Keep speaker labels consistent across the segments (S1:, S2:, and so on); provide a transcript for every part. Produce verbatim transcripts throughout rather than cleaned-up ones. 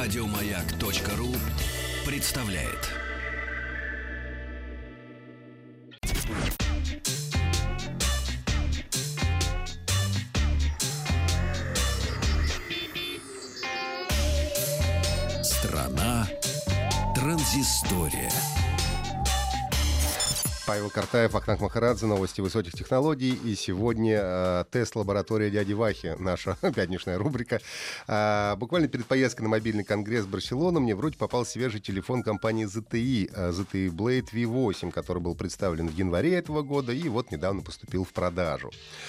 S1: Радиомаяк.ру представляет. Страна транзистория.
S2: Павел Картаев, Ахтанг Махарадзе, новости высоких технологий. И сегодня э, тест-лаборатория дяди Вахи, наша пятничная рубрика. Э, буквально перед поездкой на мобильный конгресс в Барселону мне вроде попал свежий телефон компании зет ти и, э, зет ти и Blade ви восемь, который был представлен в январе этого года и вот недавно поступил в продажу.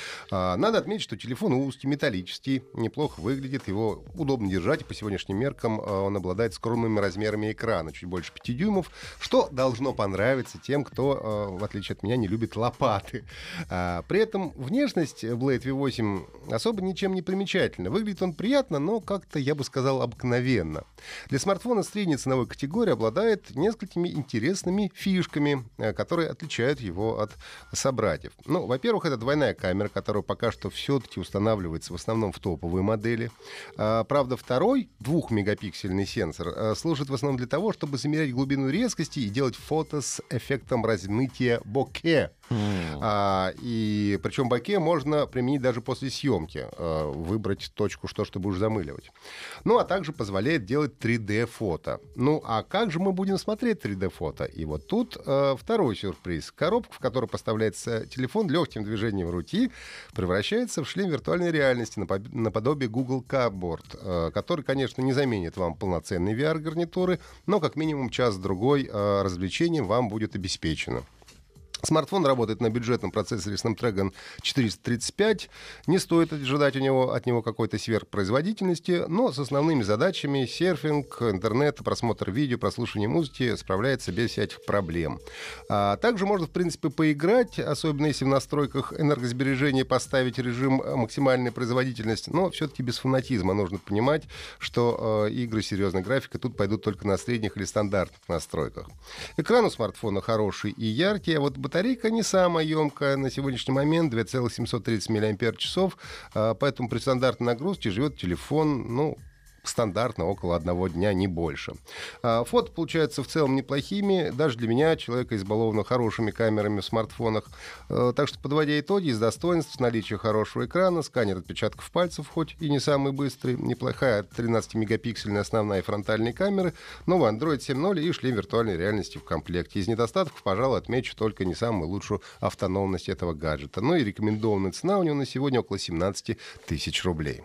S2: Э, надо отметить, что телефон узкий, металлический, неплохо выглядит, его удобно держать, и по сегодняшним меркам э, он обладает скромными размерами экрана, чуть больше пяти дюймов, что должно понравиться тем, кто... Э, в отличие от меня, не любит лопаты. А, при этом внешность Blade ви восемь особо ничем не примечательна. Выглядит он приятно, но как-то, я бы сказал, обыкновенно. Для смартфона средней ценовой категории обладает несколькими интересными фишками, которые отличают его от собратьев. Ну, во-первых, это двойная камера, которая пока что все-таки устанавливается в основном в топовые модели. А, правда, второй двухмегапиксельный сенсор а, служит в основном для того, чтобы замерять глубину резкости и делать фото с эффектом размытия боке. Mm. А, и причем боке можно применить даже после съемки, а, выбрать точку, что, что будешь замыливать. Ну, а также позволяет делать три дэ-фото. Ну, а как же мы будем смотреть три дэ-фото? И вот тут а, второй сюрприз. Коробка, в которой поставляется телефон, легким движением руки превращается в шлем виртуальной реальности наподобие Google Cardboard, а, который, конечно, не заменит вам полноценные ви ар-гарнитуры, но как минимум час-другой а, развлечений вам будет обеспечено. Смартфон работает на бюджетном процессоре Snapdragon четыреста тридцать пять. Не стоит ожидать у него, от него какой-то сверхпроизводительности, но с основными задачами — серфинг, интернет, просмотр видео, прослушивание музыки — справляется без всяких проблем. А также можно, в принципе, поиграть, особенно если в настройках энергосбережения поставить режим максимальной производительности, но все-таки без фанатизма. Нужно понимать, что э, игры с серьезной графикой тут пойдут только на средних или стандартных настройках. Экран у смартфона хороший и яркий, а вот батарейка не самая емкая на сегодняшний момент, две целых семьсот тридцать миллиампер-часов, поэтому при стандартной нагрузке живет телефон, ну, стандартно около одного дня, не больше. А, фото получаются в целом неплохими, даже для меня, человека, избалованного хорошими камерами в смартфонах. А, так что, подводя итоги, из достоинств: наличие хорошего экрана, сканер отпечатков пальцев, хоть и не самый быстрый, неплохая тринадцатимегапиксельная основная и фронтальные камеры, новый Android семь ноль и шлем виртуальной реальности в комплекте. Из недостатков, пожалуй, отмечу только не самую лучшую автономность этого гаджета. Ну и рекомендованная цена у него на сегодня около семнадцать тысяч рублей.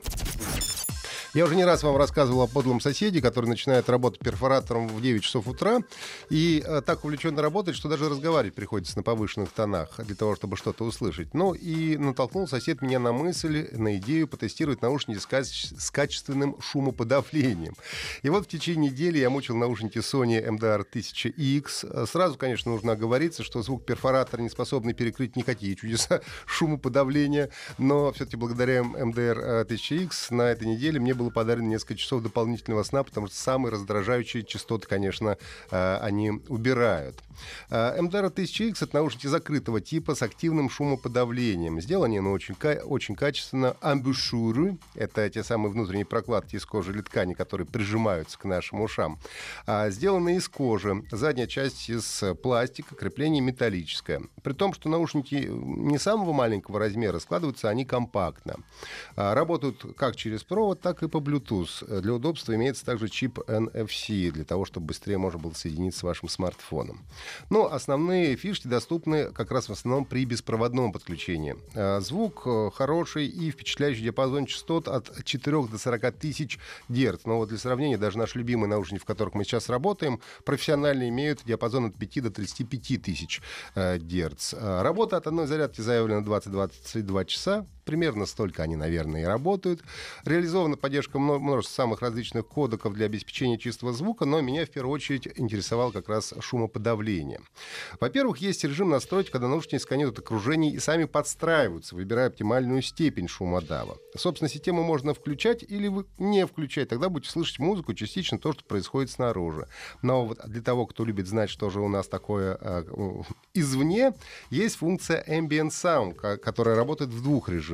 S2: Я уже не раз вам рассказывал о подлом соседе, который начинает работать перфоратором в девять часов утра и э, так увлеченно работает, что даже разговаривать приходится на повышенных тонах для того, чтобы что-то услышать. Ну и натолкнул сосед меня на мысль, на идею потестировать наушники с, каче- с качественным шумоподавлением. И вот в течение недели я мучил наушники Sony эм ди ар тысяча икс. Сразу, конечно, нужно оговориться, что звук перфоратора не способный перекрыть никакие чудеса шумоподавления, но все-таки благодаря эм ди ар тысяча икс на этой неделе мне было подарено несколько часов дополнительного сна, потому что самые раздражающие частоты, конечно, они убирают. эм ди ар тысяча икс — это наушники закрытого типа с активным шумоподавлением. Сделаны они очень, очень качественно. Амбушюры — это те самые внутренние прокладки из кожи или ткани, которые прижимаются к нашим ушам. Сделаны из кожи. Задняя часть из пластика, крепление металлическое. При том, что наушники не самого маленького размера, складываются они компактно. Работают как через провод, так и по Bluetooth. Для удобства имеется также чип эн эф си, для того, чтобы быстрее можно было соединиться с вашим смартфоном. Но основные фишки доступны как раз в основном при беспроводном подключении. Звук хороший и впечатляющий диапазон частот от четырёх до сорока тысяч герц. Но вот для сравнения, даже наши любимые наушники, в которых мы сейчас работаем, профессионально имеют диапазон от пяти до тридцати пяти тысяч герц. Работа от одной зарядки заявлена двадцать-двадцать два часа. Примерно столько они, наверное, и работают. Реализована поддержка множества самых различных кодеков для обеспечения чистого звука, но меня в первую очередь интересовал как раз шумоподавление. Во-первых, есть режим настройки, когда наушники сканируют окружение и сами подстраиваются, выбирая оптимальную степень шумодава. Собственно, систему можно включать или не включать, тогда будете слышать музыку, частично то, что происходит снаружи. Но вот для того, кто любит знать, что же у нас такое э, извне, есть функция Ambient Sound, которая работает в двух режимах.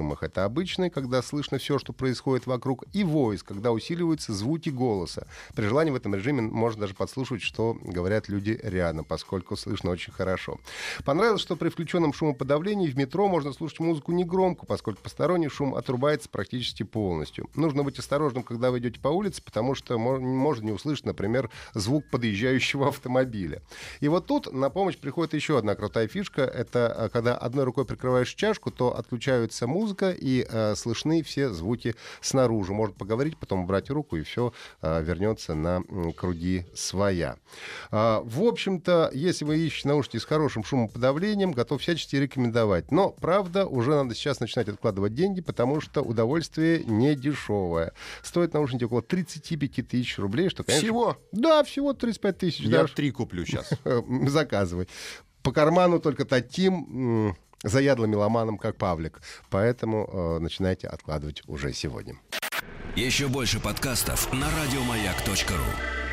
S2: режимах. Это обычный, когда слышно все, что происходит вокруг, и voice, когда усиливаются звуки голоса. При желании в этом режиме можно даже подслушивать, что говорят люди рядом, поскольку слышно очень хорошо. Понравилось, что при включенном шумоподавлении в метро можно слушать музыку негромко, поскольку посторонний шум отрубается практически полностью. Нужно быть осторожным, когда вы идете по улице, потому что можно не услышать, например, звук подъезжающего автомобиля. И вот тут на помощь приходит еще одна крутая фишка. Это когда одной рукой прикрываешь чашку, то отключается музыка и э, слышны все звуки снаружи. Можно поговорить, потом убрать руку, и все э, вернется на э, круги своя. Э, в общем-то, если вы ищете наушники с хорошим шумоподавлением, готов всячески рекомендовать. Но, правда, уже надо сейчас начинать откладывать деньги, потому что удовольствие не дешевое. Стоит наушники около тридцать пять тысяч рублей. Что, конечно,
S3: всего?
S2: Да, всего тридцать пять тысяч.
S3: Я
S2: даже.
S3: три куплю сейчас.
S2: Заказывай. По карману только таким заядлым меломаном, как Павлик. Поэтому э, начинайте откладывать уже сегодня.
S1: Еще больше подкастов на радиомаяк точка ру.